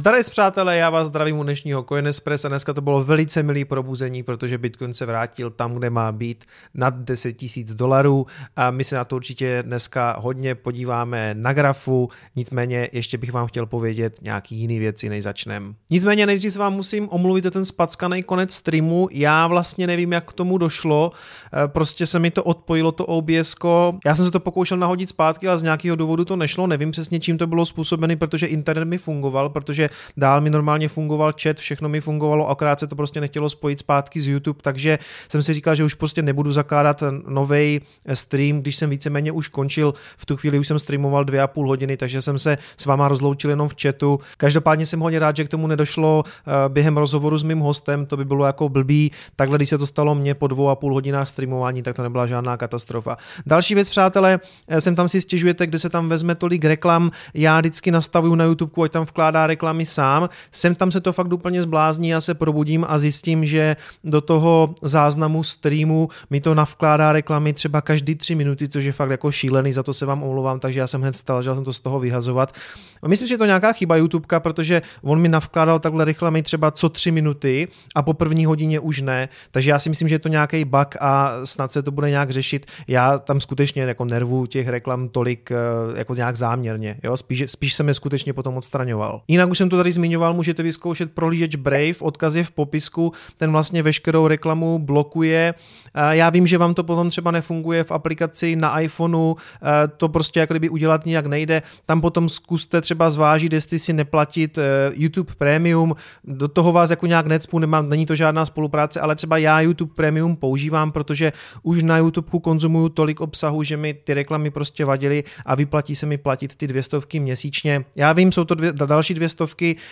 Zdarec přátelé, já vás zdravím u dnešního Coinexpress a dneska to bylo velice milý probuzení, protože Bitcoin se vrátil tam, kde má být, nad $10,000 a my se na to určitě dneska hodně podíváme na grafu, nicméně ještě bych vám chtěl povědět nějaký jiný věci, než začneme. Nicméně nejdřív se vám musím omluvit za ten spackaný konec streamu, já vlastně nevím, jak k tomu došlo, prostě se mi to odpojilo, to OBS-ko, já jsem se to pokoušel nahodit zpátky, ale z nějakého důvodu to nešlo, nevím přesně čím to bylo způsobený, protože internet mi fungoval, protože dál mi normálně fungoval chat, všechno mi fungovalo, akorát se to prostě nechtělo spojit zpátky z YouTube, takže jsem si říkal, že už prostě nebudu zakládat novej stream, když jsem víceméně už končil, v tu chvíli už jsem streamoval 2,5 hodiny, takže jsem se s váma rozloučil jenom v chatu. Každopádně jsem hodně rád, že k tomu nedošlo během rozhovoru s mým hostem, to by bylo jako blbý, takhle když se to stalo mně po 2,5 hodinách streamování, tak to nebyla žádná katastrofa. Další věc, přátelé, sem tam si stěžujete, kde se tam vezme tolik reklam, já vždycky nastavuju na YouTube, ať tam vkládá reklamy sám, sem tam se to fakt úplně zblázní, já se probudím a zjistím, že do toho záznamu streamu mi to navkládá reklamy třeba každý 3 minuty, což je fakt jako šílený, za to se vám omlouvám, takže já jsem hned vstal, že jsem to z toho vyhazovat. Myslím, že je to nějaká chyba YouTubeka, protože on mi navkládal takhle reklamy třeba co 3 minuty a po první hodině už ne, takže já si myslím, že je to nějaký bug a snad se to bude nějak řešit. Já tam skutečně jako nervu těch reklam tolik jako nějak záměrně, jo? Spíš jsem je skutečně potom odstraňoval. Jinak už jsem to tady zmiňoval, můžete vyzkoušet prohlížeč Brave, odkaz je v popisku, ten vlastně veškerou reklamu blokuje. Já vím, že vám to potom třeba nefunguje v aplikaci na iPhoneu, to prostě jak kdyby udělat nijak nejde, tam potom zkuste třeba zvážit, jestli si neplatit YouTube Premium, do toho vás jako nějak necpu, není to žádná spolupráce, ale třeba já YouTube Premium používám, protože už na YouTube konzumuju tolik obsahu, že mi ty reklamy prostě vadily a vyplatí se mi platit ty 200 měsíčně. Já vím, jsou to další 200,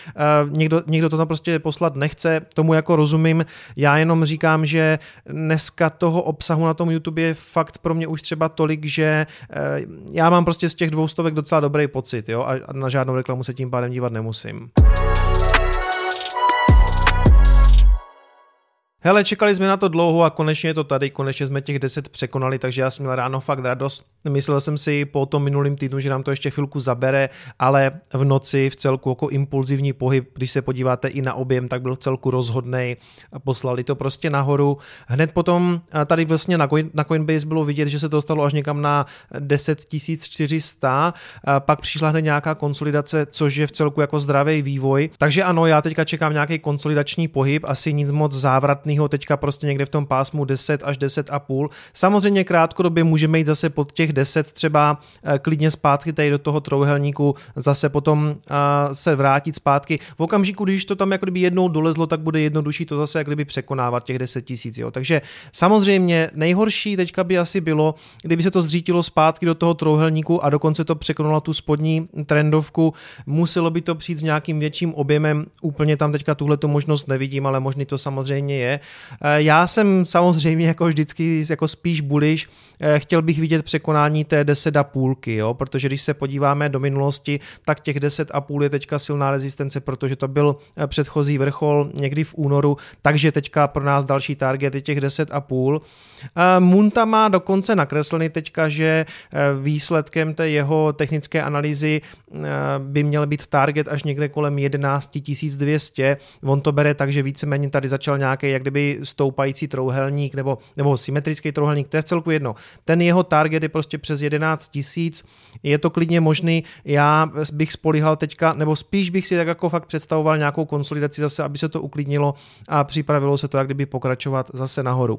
někdo to tam prostě poslat nechce, tomu jako rozumím, já jenom říkám, že dneska toho obsahu na tom YouTube je fakt pro mě už třeba tolik, že já mám prostě z těch 200 docela dobrý pocit, jo, a na žádnou reklamu se tím pádem dívat nemusím. Hele, čekali jsme na to dlouho a konečně je to tady, konečně jsme těch 10 překonali, takže já jsem měl ráno fakt radost. Myslel jsem si po tom minulým týdnu, že nám to ještě chvilku zabere, ale v noci v celku jako impulzivní pohyb, když se podíváte i na objem, tak byl v celku rozhodnej, poslali to prostě nahoru. Hned potom tady vlastně na Coinbase bylo vidět, že se to dostalo až někam na 10 400, pak přišla hned nějaká konsolidace, což je v celku jako zdravý vývoj. Takže ano, já teďka čekám nějaký konsolidační pohyb, asi nic moc závratný, teďka prostě někde v tom pásmu 10 až 10,5. Samozřejmě krátkodobě můžeme jít zase pod těch 10, třeba klidně zpátky tady do toho trojúhelníku, zase potom se vrátit zpátky. V okamžiku, když to tam jako kdyby jednou dolezlo, tak bude jednodušší to zase jak kdyby překonávat těch 10 000. Jo. Takže samozřejmě nejhorší teďka by asi bylo, kdyby se to zřítilo zpátky do toho trojúhelníku a dokonce to překonalo tu spodní trendovku. Muselo by to přijít s nějakým větším objemem. Úplně tam teďka tuhletu možnost nevidím, ale možný to samozřejmě je. Já jsem samozřejmě jako vždycky jako spíš bullish, chtěl bych vidět překonání té 10,5, jo, protože když se podíváme do minulosti, tak těch 10,5 je teďka silná rezistence, protože to byl předchozí vrchol někdy v únoru, takže teďka pro nás další target je těch 10,5. Munta má dokonce nakreslený teďka, že výsledkem té jeho technické analýzy by měl být target až někde kolem 11 200. On to bere tak, že víceméně tady začal nějaký jak kdyby stoupající trojúhelník nebo symetrický trojúhelník, to je v celku jedno. Ten jeho target je prostě přes 11 000, je to klidně možný, já bych spolíhal teďka, nebo spíš bych si tak jako fakt představoval nějakou konsolidaci zase, aby se to uklidnilo a připravilo se to jak kdyby pokračovat zase nahoru.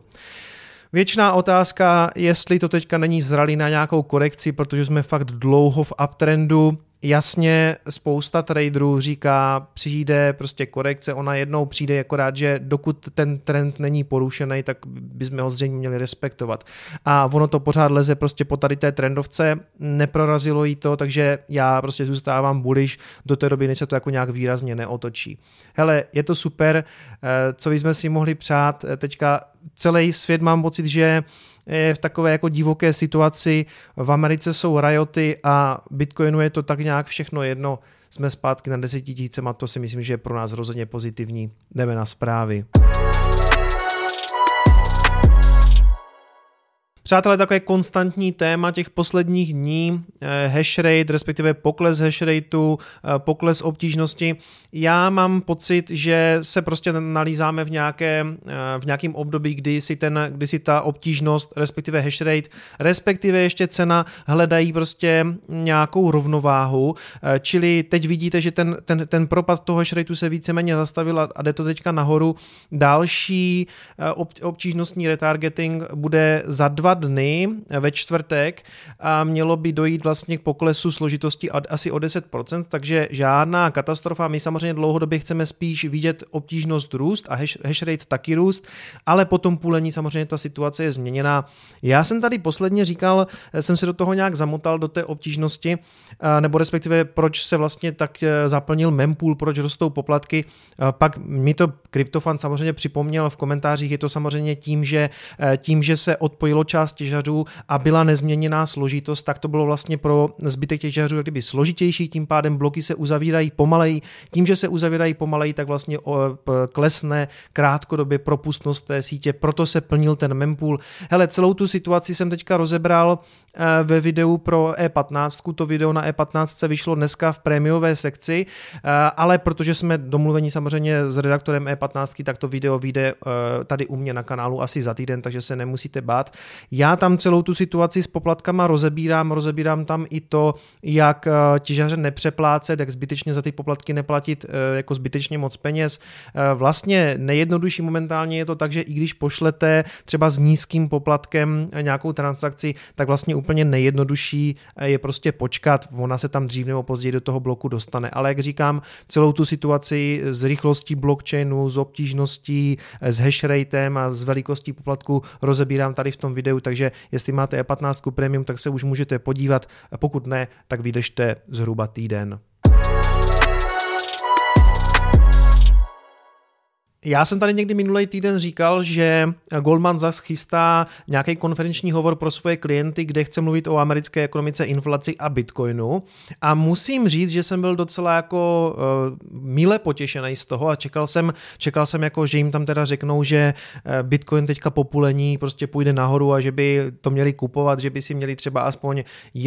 Věčná otázka, jestli to teďka není zralý na nějakou korekci, protože jsme fakt dlouho v uptrendu. Jasně, spousta traderů říká, přijde prostě korekce, ona jednou přijde, akorát, že dokud ten trend není porušený, tak bychom ho zřejmě měli respektovat. A ono to pořád leze prostě po tady té trendovce, neprorazilo jí to, takže já prostě zůstávám bullish do té doby, než se to jako nějak výrazně neotočí. Hele, je to super, co bychom si mohli přát, teďka celý svět mám pocit, že je v takové jako divoké situaci, v Americe jsou rioty a Bitcoinu je to tak nějak všechno jedno, jsme zpátky na 10 000 a to si myslím, že je pro nás rozhodně pozitivní. Jdeme na zprávy. Přátelé, takové konstantní téma těch posledních dní, hash rate, respektive pokles hash rateu, pokles obtížnosti. Já mám pocit, že se prostě nalízáme v nějakém období, kdy si ta obtížnost, respektive hash rate, respektive ještě cena hledají prostě nějakou rovnováhu, čili teď vidíte, že ten propad toho hash rateu se víceméně zastavil a jde to teďka nahoru. Další obtížnostní retargeting bude za 2 dny ve čtvrtek a mělo by dojít vlastně k poklesu složitosti asi o 10%, takže žádná katastrofa. My samozřejmě dlouhodobě chceme spíš vidět obtížnost růst a hash rate taky růst, ale po tom půlení samozřejmě ta situace je změněná. Já jsem tady posledně říkal, jsem se do toho nějak zamotal do té obtížnosti, nebo respektive proč se vlastně tak zaplnil mempool, proč rostou poplatky. Pak mi to CryptoFan samozřejmě připomněl v komentářích, je to samozřejmě tím, že se odpojilo část těžařů a byla nezměněná složitost, tak to bylo vlastně pro zbytek těžařů jak kdyby složitější, tím pádem bloky se uzavírají pomaleji. Tím, že se uzavírají pomaleji, tak vlastně klesne krátkodobě propustnost té sítě, proto se plnil ten mempool. Hele, celou tu situaci jsem teďka rozebral ve videu pro E15, to video na E15 vyšlo dneska v prémiové sekci, ale protože jsme domluveni samozřejmě s redaktorem E15, tak to video vyjde tady u mě na kanálu asi za týden, takže se nemusíte bát. Já tam celou tu situaci s poplatkama rozebírám tam i to, jak těžaře nepřeplácet, jak zbytečně za ty poplatky neplatit jako zbytečně moc peněz. Vlastně nejjednodušší momentálně je to tak, že i když pošlete třeba s nízkým poplatkem nějakou transakci, tak vlastně úplně nejjednodušší je prostě počkat, ona se tam dřív nebo později do toho bloku dostane. Ale jak říkám, celou tu situaci s rychlostí blockchainu, s obtížností, s hashratem a s velikostí poplatku rozebírám tady v tom videu, takže jestli máte E15 Premium, tak se už můžete podívat, pokud ne, tak vydržte zhruba týden. Já jsem tady někdy minulý týden říkal, že Goldman Sachs chystá nějaký konferenční hovor pro svoje klienty, kde chce mluvit o americké ekonomice, inflaci a Bitcoinu. A musím říct, že jsem byl docela jako mile potěšený z toho a čekal jsem jako, že jim tam teda řeknou, že Bitcoin teďka po půlení prostě půjde nahoru a že by to měli kupovat, že by si měli třeba aspoň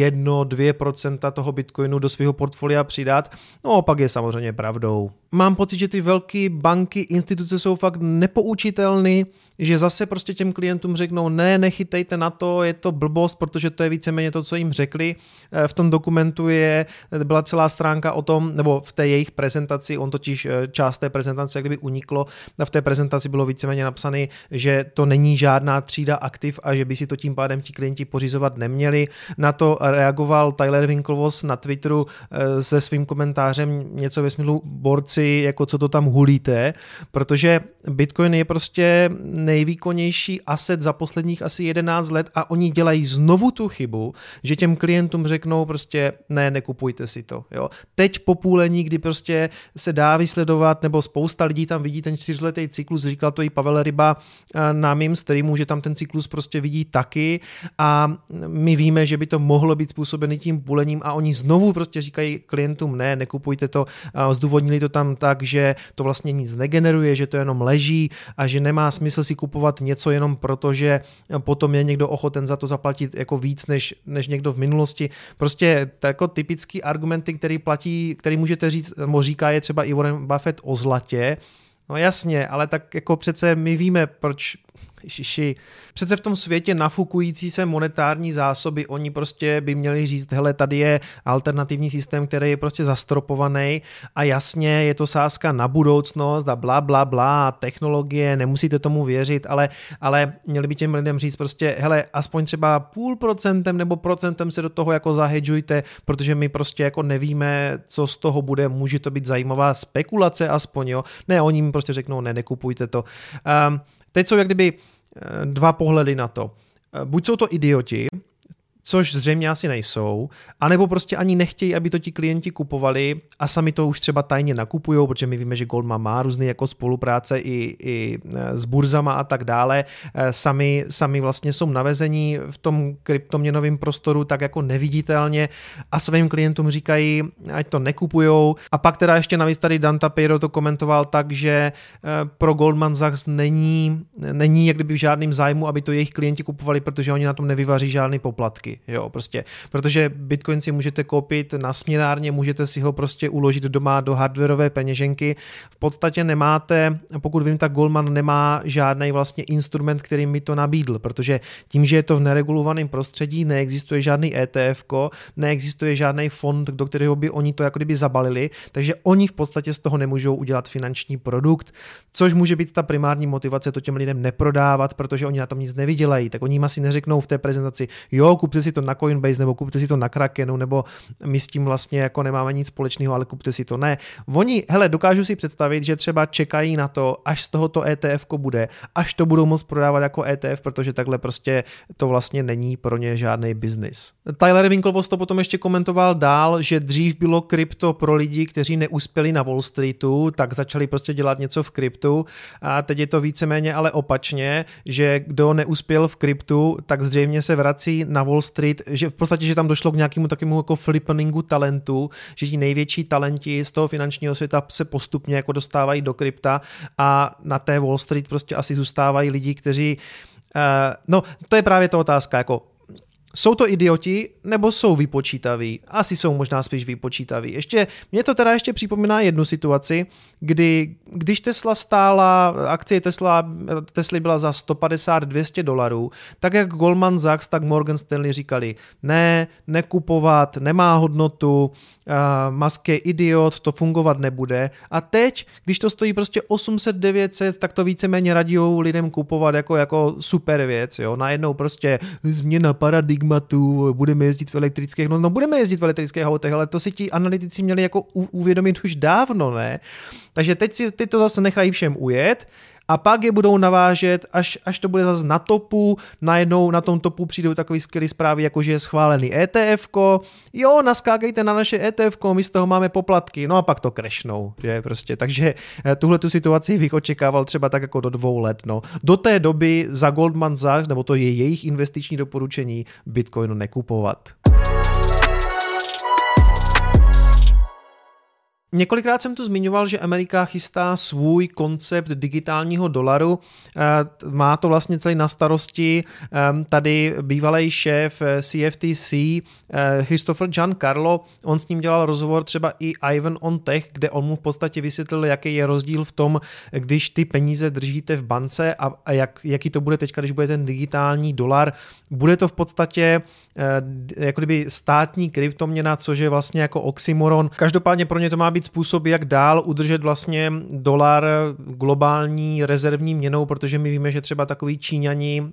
1-2% toho Bitcoinu do svého portfolia přidat. No opak je samozřejmě pravdou. Mám pocit, že ty velké banky, instituce jsou fakt nepoučitelný, že zase prostě těm klientům řeknou ne, nechytejte na to, je to blbost, protože to je víceméně to, co jim řekli. V tom dokumentu byla celá stránka o tom, nebo v té jejich prezentaci, on totiž část té prezentace jak kdyby uniklo, a v té prezentaci bylo víceméně napsané, že to není žádná třída aktiv a že by si to tím pádem ti klienti pořizovat neměli. Na to reagoval Tyler Winklevoss na Twitteru se svým komentářem něco ve smyslu borci, jako co to tam hulíte, protože Bitcoin je prostě nejvýkonnější asset za posledních asi 11 let a oni dělají znovu tu chybu, že těm klientům řeknou prostě ne, nekupujte si to. Jo. Teď po půlení, kdy prostě se dá vysledovat, nebo spousta lidí tam vidí ten 4letý cyklus, říkal to i Pavel Ryba na mým streamu, že tam ten cyklus prostě vidí taky a my víme, že by to mohlo být způsobený tím půlením a oni znovu prostě říkají klientům ne, nekupujte to, zdůvodnili to tam tak, že to vlastně nic negeneruje, že to jenom leží a že nemá smysl si kupovat něco jenom proto, že potom je někdo ochoten za to zaplatit jako víc než někdo v minulosti. Prostě jako typický argumenty, který můžete říct, nebo říká je třeba i Warren Buffett o zlatě. No jasně, ale tak jako přece my víme, proč přece v tom světě nafukující se monetární zásoby, oni prostě by měli říct, hele, tady je alternativní systém, který je prostě zastropovaný a jasně je to sázka na budoucnost a bla, bla, bla, technologie, nemusíte tomu věřit, ale měli by těm lidem říct prostě, hele, aspoň třeba 0,5% nebo procentem se do toho jako zahedžujte, protože my prostě jako nevíme, co z toho bude, může to být zajímavá spekulace aspoň, jo. Ne, oni mi prostě řeknou, ne, nekupujte to. Teď jsou jak kdyby dva pohledy na to. Buď jsou to idioti, což zřejmě asi nejsou, anebo prostě ani nechtějí, aby to ti klienti kupovali a sami to už třeba tajně nakupujou, protože my víme, že Goldman má různé jako spolupráce i s burzama a tak dále. Sami vlastně jsou navezení v tom kryptoměnovém prostoru tak jako neviditelně a svým klientům říkají, ať to nekupujou. A pak teda ještě navíc tady Dan Tapiero to komentoval tak, že pro Goldman Sachs není jak kdyby v žádným zájmu, aby to jejich klienti kupovali, protože oni na tom nevyvaří žádný poplatky. Jo, prostě. Protože Bitcoin si můžete koupit na směnárně, můžete si ho prostě uložit doma do hardwareové peněženky. V podstatě nemáte, pokud vím, tak Goldman nemá žádný vlastně instrument, který mi to nabídl, protože tím, že je to v neregulovaném prostředí, neexistuje žádný ETF, neexistuje žádný fond, do kterého by oni to jako kdyby zabalili, takže oni v podstatě z toho nemůžou udělat finanční produkt, což může být ta primární motivace to těm lidem neprodávat, protože oni na tom nic nevydělají, tak oni jim asi neřeknou v té prezentaci, jo, kupte si to na Coinbase nebo kupte si to na Krakenu, nebo my s tím vlastně jako nemáme nic společného, ale kupte si to. Ne. Oni, hele, dokážu si představit, že třeba čekají na to, až z tohoto ETF-ko bude, až to budou moct prodávat jako ETF, protože takhle prostě to vlastně není pro ně žádný biznis. Tyler Winklevoss to potom ještě komentoval dál, že dřív bylo krypto pro lidi, kteří neuspěli na Wall Streetu, tak začali prostě dělat něco v kryptu a teď je to víceméně ale opačně, že kdo neuspěl v kryptu, tak zřejmě se vrací na Wall Street, že v podstatě, že tam došlo k nějakému takovému jako flippeningu talentu, že ti největší talenti z toho finančního světa se postupně jako dostávají do krypta a na té Wall Street prostě asi zůstávají lidi, kteří no, to je právě ta otázka, jako jsou to idioti, nebo jsou vypočítaví? Asi jsou možná spíš vypočítaví. Mě to teda ještě připomíná jednu situaci, když Tesla stála, akcie Tesly byla za $150-200, tak jak Goldman Sachs, tak Morgan Stanley říkali, ne, nekupovat, nemá hodnotu, Musk je idiot, to fungovat nebude. A teď, když to stojí prostě 800-900, tak to víceméně radijou lidem kupovat jako super věc. Jo? Najednou prostě změna paradigmatu, budeme jezdit v elektrických, no budeme jezdit v elektrických autech, ale to si ti analytici měli jako uvědomit už dávno, ne? Takže teď to zase nechají všem ujet a pak je budou navážet, až to bude zase na topu, najednou na tom topu přijdou takový skvělý zprávy, jako že je schválený ETF-ko, jo, naskákejte na naše ETF-ko, my z toho máme poplatky, no a pak to crashnou, že prostě, takže tuhle tu situaci bych očekával třeba tak jako do 2 let, no. Do té doby za Goldman Sachs, nebo to je jejich investiční doporučení, Bitcoinu nekupovat. Několikrát jsem tu zmiňoval, že Amerika chystá svůj koncept digitálního dolaru. Má to vlastně celý na starosti tady bývalý šéf CFTC Christopher Giancarlo. On s ním dělal rozhovor třeba i Ivan on Tech, kde on mu v podstatě vysvětlil, jaký je rozdíl v tom, když ty peníze držíte v bance a jaký to bude teďka, když bude ten digitální dolar. Bude to v podstatě jako kdyby státní kryptoměna, což je vlastně jako oxymoron. Každopádně pro ně to má být způsob, jak dál udržet vlastně dolar globální rezervní měnou, protože my víme, že třeba takový Číňani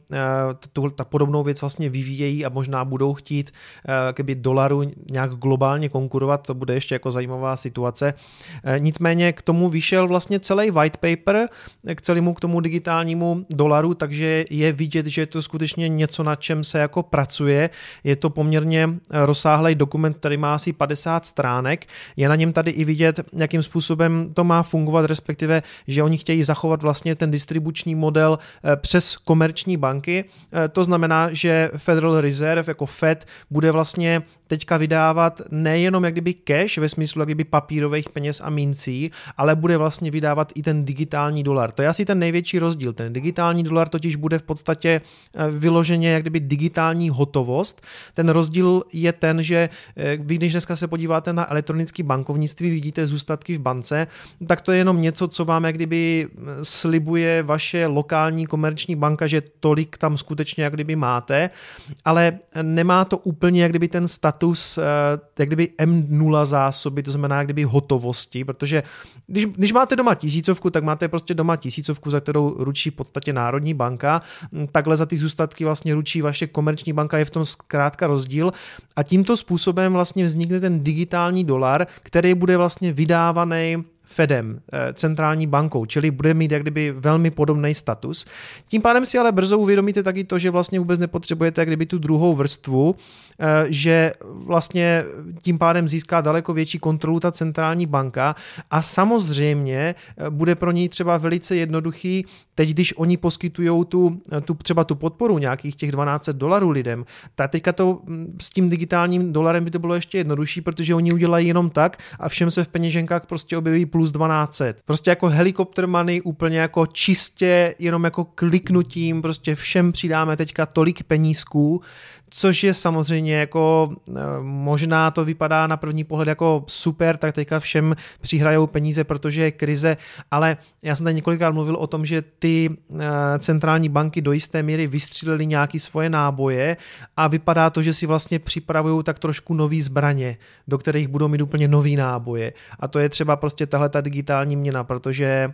ta podobnou věc vlastně vyvíjejí a možná budou chtít keby dolaru nějak globálně konkurovat, to bude ještě jako zajímavá situace. Nicméně k tomu vyšel vlastně celý white paper, k celému k tomu digitálnímu dolaru, takže je vidět, že je to skutečně něco, na čem se jako pracuje. Je to poměrně rozsáhlý dokument, který má asi 50 stránek. Je na něm tady i vidět, jakým způsobem to má fungovat, respektive, že oni chtějí zachovat vlastně ten distribuční model přes komerční banky. To znamená, že Federal Reserve jako Fed bude vlastně teďka vydávat nejenom jak kdyby cash ve smyslu jak kdyby papírových peněz a mincí, ale bude vlastně vydávat i ten digitální dolar. To je asi ten největší rozdíl. Ten digitální dolar totiž bude v podstatě vyloženě jak kdyby digitální hotovost. Ten rozdíl je ten, že vy, když dneska se podíváte na elektronické bankovnictví, vidíte zůstatky v bance, tak to je jenom něco, co vám jak kdyby slibuje vaše lokální komerční banka, že tolik tam skutečně jak kdyby máte, ale nemá to úplně jak kdyby ten status jak kdyby M0 zásoby, to znamená jak kdyby hotovosti, protože když máte doma 1000, tak máte prostě doma 1000, za kterou ručí v podstatě Národní banka, takhle za ty zůstatky vlastně ručí vaše komerční banka, je v tom zkrátka rozdíl a tímto způsobem vlastně vznikne ten digitální dolar, který bude vlastně vydávaný Fedem, centrální bankou, čili bude mít jak kdyby velmi podobný status. Tím pádem si ale brzo uvědomíte taky to, že vlastně vůbec nepotřebujete jak kdyby tu druhou vrstvu, že vlastně tím pádem získá daleko větší kontrolu ta centrální banka a samozřejmě bude pro ní třeba velice jednoduchý, teď když oni poskytují třeba tu podporu nějakých těch $1200 lidem, tak teďka to s tím digitálním dolarem by to bylo ještě jednodušší, protože oni udělají jenom tak a všem se v peněženkách prostě objeví plus 1200. Prostě jako helikopter money, úplně jako čistě, jenom jako kliknutím, prostě všem přidáme teďka tolik penízků, což je samozřejmě jako možná to vypadá na první pohled jako super, tak teďka všem přihrajou peníze, protože je krize, ale já jsem tady několikrát mluvil o tom, že ty centrální banky do jisté míry vystřílely nějaké svoje náboje a vypadá to, že si vlastně připravují tak trošku nový zbraně, do kterých budou mít úplně nový náboje. A to je třeba prostě tahle ta digitální měna, protože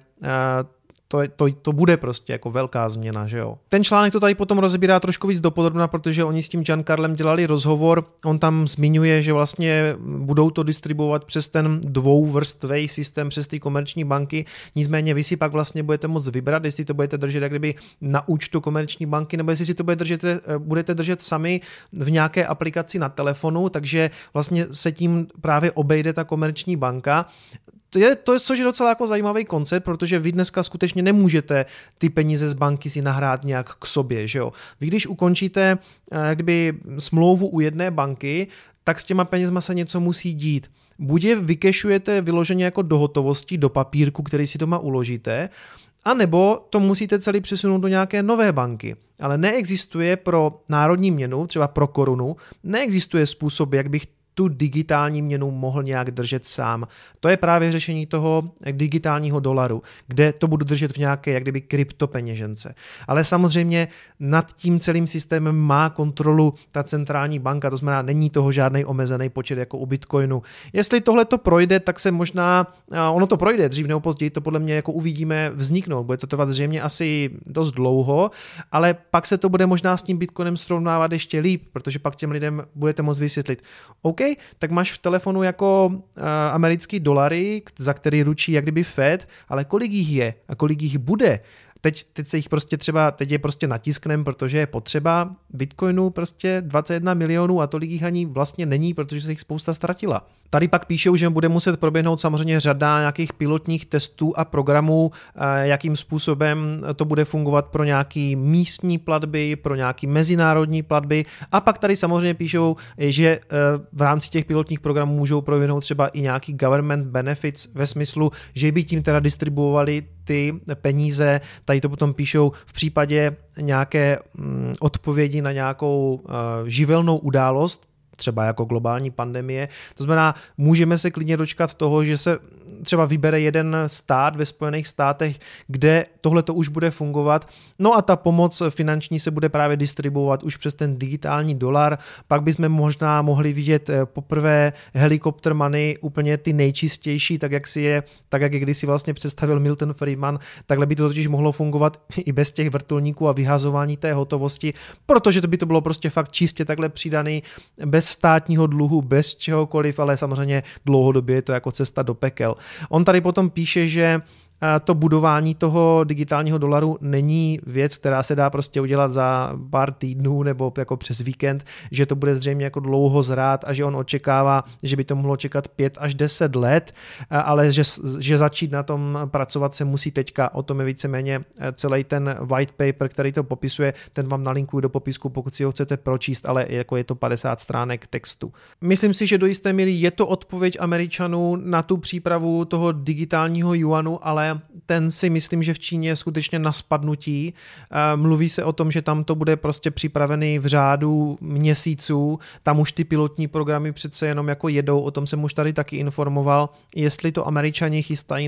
to bude prostě jako velká změna, že jo. Ten článek to tady potom rozebírá trošku víc dopodrobna, protože oni s tím Giancarlem dělali rozhovor, on tam zmiňuje, že vlastně budou to distribuovat přes ten dvouvrstvý systém přes ty komerční banky, nicméně vy si pak vlastně budete moct vybrat, jestli to budete držet jak kdyby na účtu komerční banky, nebo jestli si to budete držet sami v nějaké aplikaci na telefonu, takže vlastně se tím právě obejde ta komerční banka. To je což je docela jako zajímavý koncept, protože vy dneska skutečně nemůžete ty peníze z banky si nahrát nějak k sobě, že jo. Vy když ukončíte kdyby smlouvu u jedné banky, tak s těma penězma se něco musí dít. Buď je vykešujete vyloženě jako do hotovosti, do papírku, který si doma uložíte, a nebo to musíte celý přesunout do nějaké nové banky. Ale neexistuje pro národní měnu, třeba pro korunu, neexistuje způsob, jak bych tu digitální měnu mohl nějak držet sám. To je právě řešení toho digitálního dolaru, kde to budu držet v nějaké jak kdyby kryptopeněžence. Ale samozřejmě nad tím celým systémem má kontrolu ta centrální banka, to znamená, není toho žádný omezený počet jako u Bitcoinu. Jestli tohle to projde, tak se možná, ono to projde, dřív nebo později to podle mě jako uvidíme vzniknout. Bude to trvat zřejmě asi dost dlouho, ale pak se to bude možná s tím Bitcoinem srovnávat ještě líp, protože pak těm lidem budete moct vysvětlit, OK, tak máš v telefonu jako americký dolary, za který ručí jak kdyby Fed, ale kolik jich je a kolik jich bude? Teď se jich prostě teď je prostě natisknem, protože je potřeba Bitcoinu prostě 21 milionů a tolik jich ani vlastně není, protože se jich spousta ztratila. Tady pak píšou, že bude muset proběhnout samozřejmě řada nějakých pilotních testů a programů, jakým způsobem to bude fungovat pro nějaký místní platby, pro nějaký mezinárodní platby a pak tady samozřejmě píšou, že v rámci těch pilotních programů můžou proběhnout třeba i nějaký government benefits ve smyslu, že by tím teda distribuovali ty peníze. Tady to potom píšou v případě nějaké odpovědi na nějakou živelnou událost, třeba jako globální pandemie. To znamená, můžeme se klidně dočkat toho, že se třeba vybere jeden stát ve Spojených státech, kde tohle to už bude fungovat. No a ta pomoc finanční se bude právě distribuovat už přes ten digitální dolar. Pak bychom možná mohli vidět poprvé helikopter money, úplně ty nejčistější, tak jak je kdysi vlastně představil Milton Friedman, takhle by to totiž mohlo fungovat i bez těch vrtulníků a vyhazování té hotovosti, protože to by to bylo prostě fakt čistě takhle přidaný, bez státního dluhu, bez čehokoliv, ale samozřejmě dlouhodobě je to jako cesta do pekel. On tady potom píše, že to budování toho digitálního dolaru není věc, která se dá prostě udělat za pár týdnů nebo jako přes víkend, že to bude zřejmě jako dlouho zrát a že on očekává, že by to mohlo čekat 5 až 10 let, ale že začít na tom pracovat se musí teďka. O tom je víceméně celý ten white paper, který to popisuje, ten vám nalinkuju do popisku, pokud si ho chcete pročíst, ale jako je to 50 stránek textu. Myslím si, že do jisté míry je to odpověď Američanů na tu přípravu toho digitálního juanu, ale ten si myslím, že v Číně je skutečně na spadnutí. Mluví se o tom, že tam to bude prostě připravený v řádu měsíců, tam už ty pilotní programy přece jenom jako jedou, o tom jsem už tady taky informoval. Jestli to Američani chystají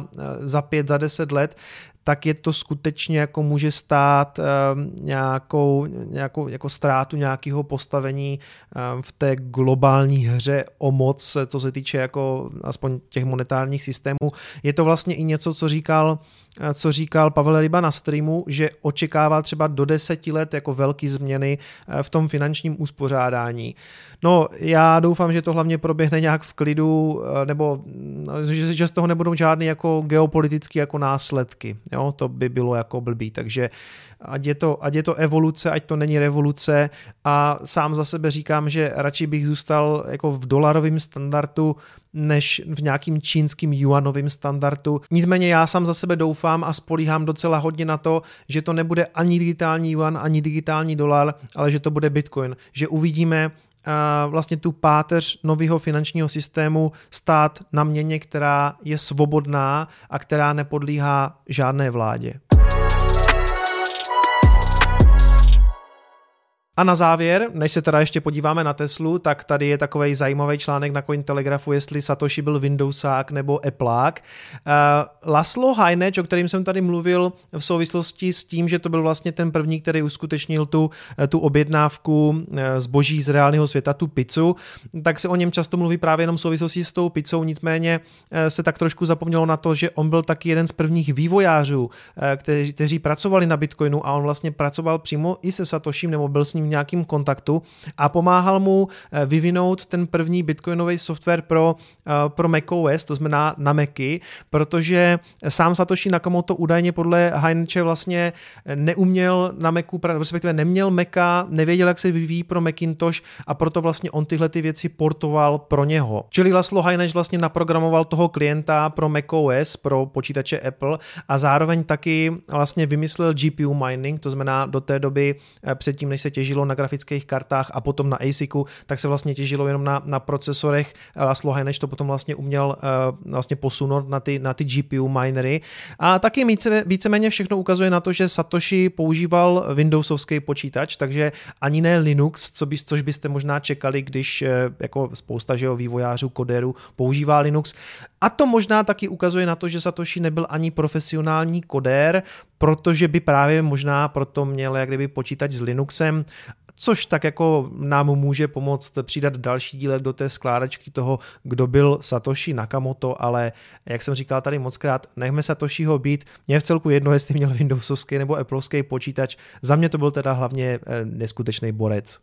za 5, za 10 let, tak je to skutečně jako může stát nějakou jako ztrátu nějakého postavení v té globální hře o moc, co se týče jako aspoň těch monetárních systémů. Je to vlastně i něco, co říkal co říkal Pavel Ryba na streamu, že očekával třeba do 10 let jako velký změny v tom finančním uspořádání. No, já doufám, že to hlavně proběhne nějak v klidu, nebo že z toho nebudou žádný jako geopolitický jako následky. Jo? To by bylo jako blbý, takže ať je to evoluce, ať to není revoluce, a sám za sebe říkám, že radši bych zůstal jako v dolarovém standardu, než v nějakým čínským juanovým standardu. Nicméně já sám za sebe doufám a spolíhám docela hodně na to, že to nebude ani digitální yuan, ani digitální dolar, ale že to bude Bitcoin. Že uvidíme vlastně tu páteř nového finančního systému stát na měně, která je svobodná a která nepodlíhá žádné vládě. A na závěr, než se teda ještě podíváme na Teslu, tak tady je takovej zajímavý článek na Cointelegrafu, jestli Satoshi byl Windowsák nebo Appleák. Laszlo Hajneč, o kterým jsem tady mluvil v souvislosti s tím, že to byl vlastně ten první, který uskutečnil tu objednávku zboží z reálného světa, tu pizzu, tak se o něm často mluví právě jenom v souvislosti s tou pizzou, nicméně se tak trošku zapomnělo na to, že on byl taky jeden z prvních vývojářů, kteří pracovali na Bitcoinu, a on vlastně pracoval přímo i se Satoshim, nebo byl s ním v nějakém kontaktu a pomáhal mu vyvinout ten první bitcoinový software pro macOS, to znamená na Macy, protože sám Satoshi Nakamoto údajně podle Hajneče vlastně neuměl na Macu, respektive neměl Maca, nevěděl, jak se vyvíjí pro Macintosh, a proto vlastně on tyhle ty věci portoval pro něho. Čili Laszlo Hajneč vlastně naprogramoval toho klienta pro macOS, pro počítače Apple, a zároveň taky vlastně vymyslel GPU mining, to znamená do té doby předtím, než se těžilo na grafických kartách a potom na ASICu, tak se vlastně těžilo jenom na procesorech. Laszlo Hajneč to potom vlastně uměl vlastně posunout na ty GPU minery. A taky víceméně všechno ukazuje na to, že Satoshi používal Windowsovský počítač, takže ani ne Linux, což byste možná čekali, když jako spousta vývojářů, kodérů používá Linux. A to možná taky ukazuje na to, že Satoshi nebyl ani profesionální kodér, protože by právě možná proto měl jak kdyby počítač s Linuxem, což tak jako nám může pomoct přidat další dílek do té skládačky toho, kdo byl Satoshi Nakamoto, ale jak jsem říkal tady mockrát, nechme Satoshiho být, mě v celku jedno, jestli měl Windowsovský nebo Appleovský počítač, za mě to byl teda hlavně neskutečný borec.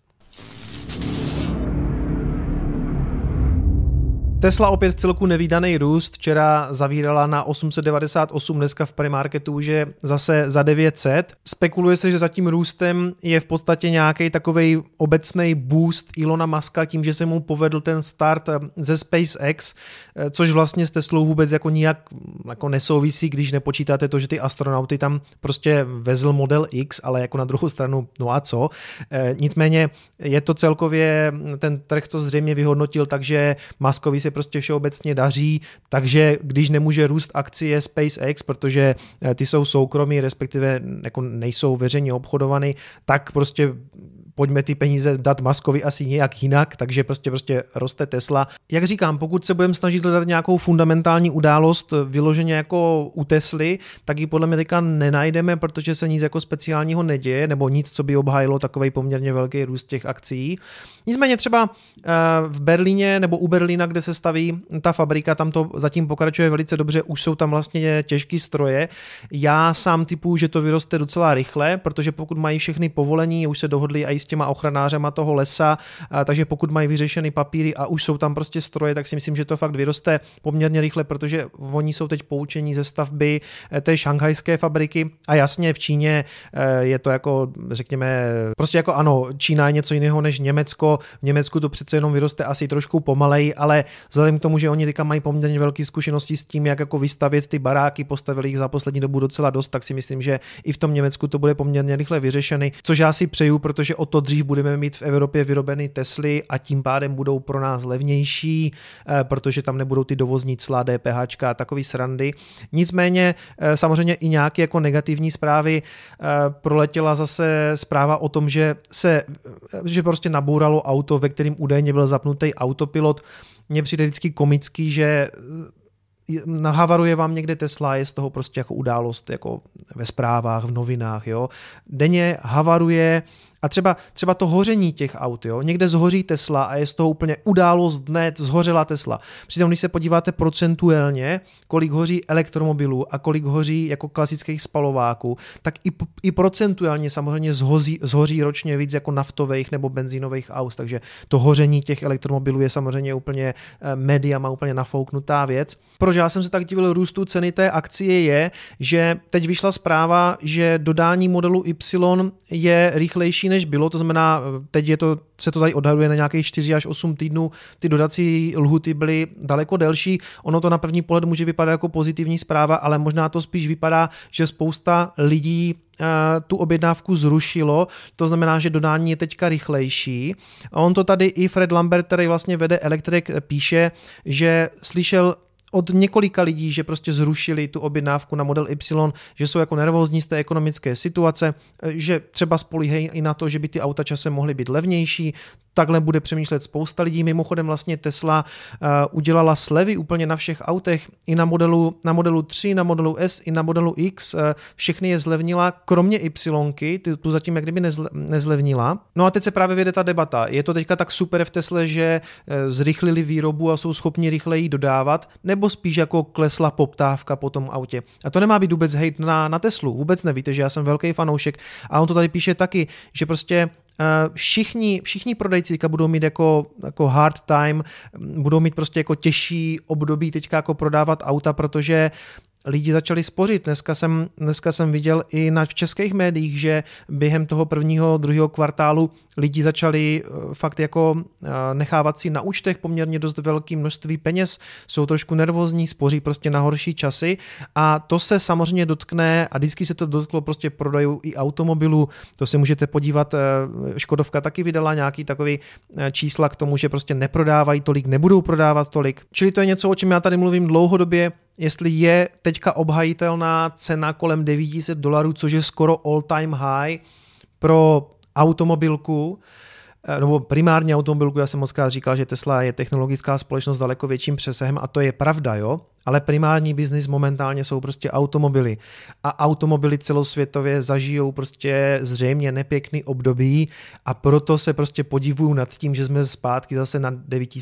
Tesla opět v celku nevídaný růst, včera zavírala na 898, dneska v premarketu, že zase za 900. Spekuluje se, že za tím růstem je v podstatě nějaký takovej obecný boost Elona Muska tím, že se mu povedl ten start ze SpaceX, což vlastně s Teslou vůbec jako nijak jako nesouvisí, když nepočítáte to, že ty astronauty tam prostě vezl Model X, ale jako na druhou stranu, no a co? Nicméně je to celkově, ten trh to zřejmě vyhodnotil, takže Muskovi se prostě všeobecně daří, takže když nemůže růst akcie SpaceX, protože ty jsou soukromí, respektive jako nejsou veřejně obchodovaný, tak prostě pojďme ty peníze dát Muskovi asi nějak jinak, takže prostě roste Tesla. Jak říkám, pokud se budeme snažit hledat nějakou fundamentální událost vyloženě jako u Tesly, tak ji podle mě teďka nenajdeme, protože se nic jako speciálního neděje, nebo nic, co by obhájilo takovej poměrně velký růst těch akcií. Nicméně třeba v Berlíně nebo u Berlína, kde se staví ta fabrika, tam to zatím pokračuje velice dobře, už jsou tam vlastně těžké stroje. Já sám typuju, že to vyroste docela rychle, protože pokud mají všechny povolení, už se dohodli i s těma ochranářema toho lesa, takže pokud mají vyřešený papíry a už jsou tam prostě stroje, tak si myslím, že to fakt vyroste poměrně rychle, protože oni jsou teď poučení ze stavby té šanghajské fabriky a jasně v Číně je to jako, řekněme, prostě jako ano, Čína je něco jiného než Německo, v Německu to přece jenom vyroste asi trošku pomalej, ale vzhledem k tomu, že oni teďka mají poměrně velké zkušenosti s tím, jak jako vystavět ty baráky, postavili jich za poslední dobu docela dost, tak si myslím, že i v tom Německu to bude poměrně rychle vyřešený, což já si přeju, protože o to dřív budeme mít v Evropě vyrobeny Tesly a tím pádem budou pro nás levnější, protože tam nebudou ty dovozní cla, DPH a takový srandy. Nicméně samozřejmě i nějaké jako negativní zprávy. Proletěla zase zpráva o tom, že prostě nabouralo auto, ve kterém údajně byl zapnutý autopilot. Mně přijde vždycky komický, že havaruje vám někde Tesla, je z toho prostě jako událost jako ve zprávách, v novinách, jo. Denně havaruje a třeba to hoření těch aut, jo. Někde zhoří Tesla a je z toho úplně událost dne, zhořela Tesla. Přitom, když se podíváte procentuálně, kolik hoří elektromobilů a kolik hoří jako klasických spalováků, tak i procentuálně samozřejmě zhoří ročně víc jako naftových nebo benzínových aut, takže to hoření těch elektromobilů je samozřejmě úplně médiama úplně nafouknutá věc. Proč já jsem se tak divil růstu ceny té akcie je, že teď vyšla zpráva, že dodání modelu Y je rychlejší než bylo, to znamená, teď se to tady odhaduje na nějakých 4 až 8 týdnů, ty dodací lhuty byly daleko delší, ono to na první pohled může vypadat jako pozitivní zpráva, ale možná to spíš vypadá, že spousta lidí tu objednávku zrušilo, to znamená, že dodání je teďka rychlejší. A on to tady i Fred Lambert, který vlastně vede Electrek, píše, že slyšel od několika lidí, že prostě zrušili tu objednávku na model Y, že jsou jako nervózní z té ekonomické situace, že třeba spolíhají i na to, že by ty auta časem mohly být levnější. Takhle bude přemýšlet spousta lidí. Mimochodem vlastně Tesla udělala slevy úplně na všech autech, i na modelu 3, na modelu S, i na modelu X. Všechny je zlevnila, kromě Y, tu zatím jak kdyby nezlevnila. No a teď se právě vede ta debata. Je to teďka tak super v Tesle, že zrychlili výrobu a jsou schopni rychleji dodávat, nebo spíš jako klesla poptávka po tom autě. A to nemá být vůbec hejt na Teslu, vůbec nevíte, že já jsem velký fanoušek a on to tady píše taky, že prostě všichni prodejci teďka budou mít jako hard time, budou mít prostě jako těžší období teďka jako prodávat auta, protože lidi začali spořit. Dneska jsem viděl i v českých médiích, že během toho druhého kvartálu lidi začali fakt jako nechávat si na účtech poměrně dost velké množství peněz, jsou trošku nervózní, spoří prostě na horší časy a to se samozřejmě dotkne a vždycky se to dotklo prostě prodajů i automobilů. To se můžete podívat, Škodovka taky vydala nějaký takový čísla k tomu, že prostě neprodávají tolik, nebudou prodávat tolik. Čili to je něco, o čem já tady mluvím dlouhodobě, jestli je teďka obhajitelná cena kolem $900, což je skoro all time high pro automobilku, nebo primárně automobilku. Já jsem mockrát říkal, že Tesla je technologická společnost s daleko větším přesahem a to je pravda, jo? Ale primární biznis momentálně jsou prostě automobily. A automobily celosvětově zažijou prostě zřejmě nepěkný období a proto se prostě podivuju nad tím, že jsme zpátky zase na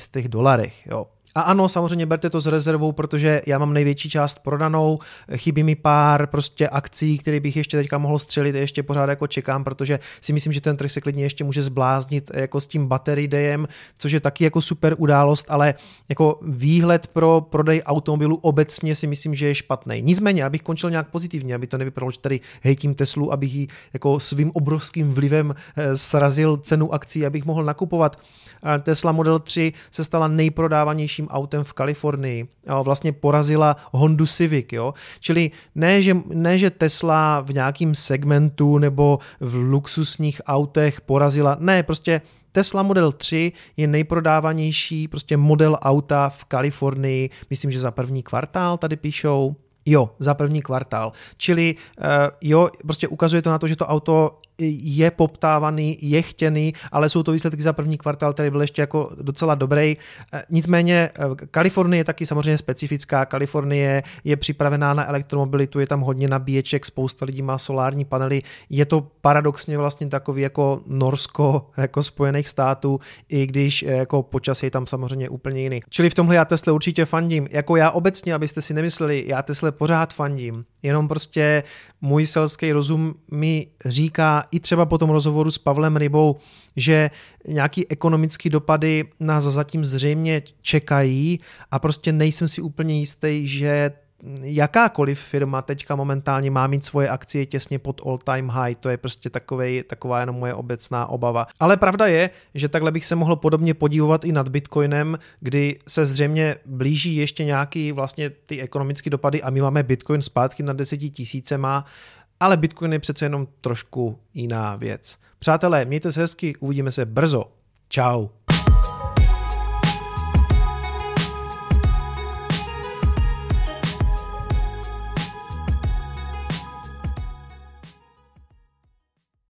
$900, jo. A ano, samozřejmě berte to s rezervou, protože já mám největší část prodanou, chybí mi pár prostě akcí, které bych ještě teďka mohl střelit, ještě pořád jako čekám, protože si myslím, že ten trh se klidně ještě může zbláznit jako s tím battery dayem, což je taky jako super událost, ale jako výhled pro prodej automobilů obecně si myslím, že je špatný. Nicméně, abych končil nějak pozitivně, aby to nevypadalo, že tady hejtím Teslu, abych ji jako svým obrovským vlivem srazil cenu akcí, abych mohl nakupovat. Tesla Model 3 se stala nejprodávanějším autem v Kalifornii. Vlastně porazila Hondu Civic. Jo? Čili ne, že Tesla v nějakém segmentu nebo v luxusních autech porazila. Ne, prostě Tesla Model 3 je nejprodávanější prostě model auta v Kalifornii. Myslím, že za první kvartál tady píšou. Jo, za první kvartál. Čili jo, prostě ukazuje to na to, že to auto je poptávaný, je chtěný, ale jsou to výsledky za první kvartál, který byl ještě jako docela dobrý. Nicméně Kalifornie je taky samozřejmě specifická. Kalifornie je připravená na elektromobilitu, je tam hodně nabíječek, spousta lidí má solární panely. Je to paradoxně vlastně takový jako Norsko, jako Spojených států, i když jako počasí je tam samozřejmě úplně jiný. Čili v tomhle já Tesle určitě fandím. Jako já obecně, abyste si nemysleli, já Tesle pořád fandím. Jenom prostě můj selský rozum mi říká i třeba po tom rozhovoru s Pavlem Rybou, že nějaký ekonomický dopady nás zatím zřejmě čekají a prostě nejsem si úplně jistý, že jakákoliv firma teďka momentálně má mít svoje akcie těsně pod all time high, to je prostě taková jenom moje obecná obava. Ale pravda je, že takhle bych se mohl podobně podívat i nad Bitcoinem, kdy se zřejmě blíží ještě nějaký vlastně ty ekonomické dopady a my máme Bitcoin zpátky na 10 000, ale Bitcoin je přece jenom trošku jiná věc. Přátelé, mějte se hezky, uvidíme se brzo. Čau.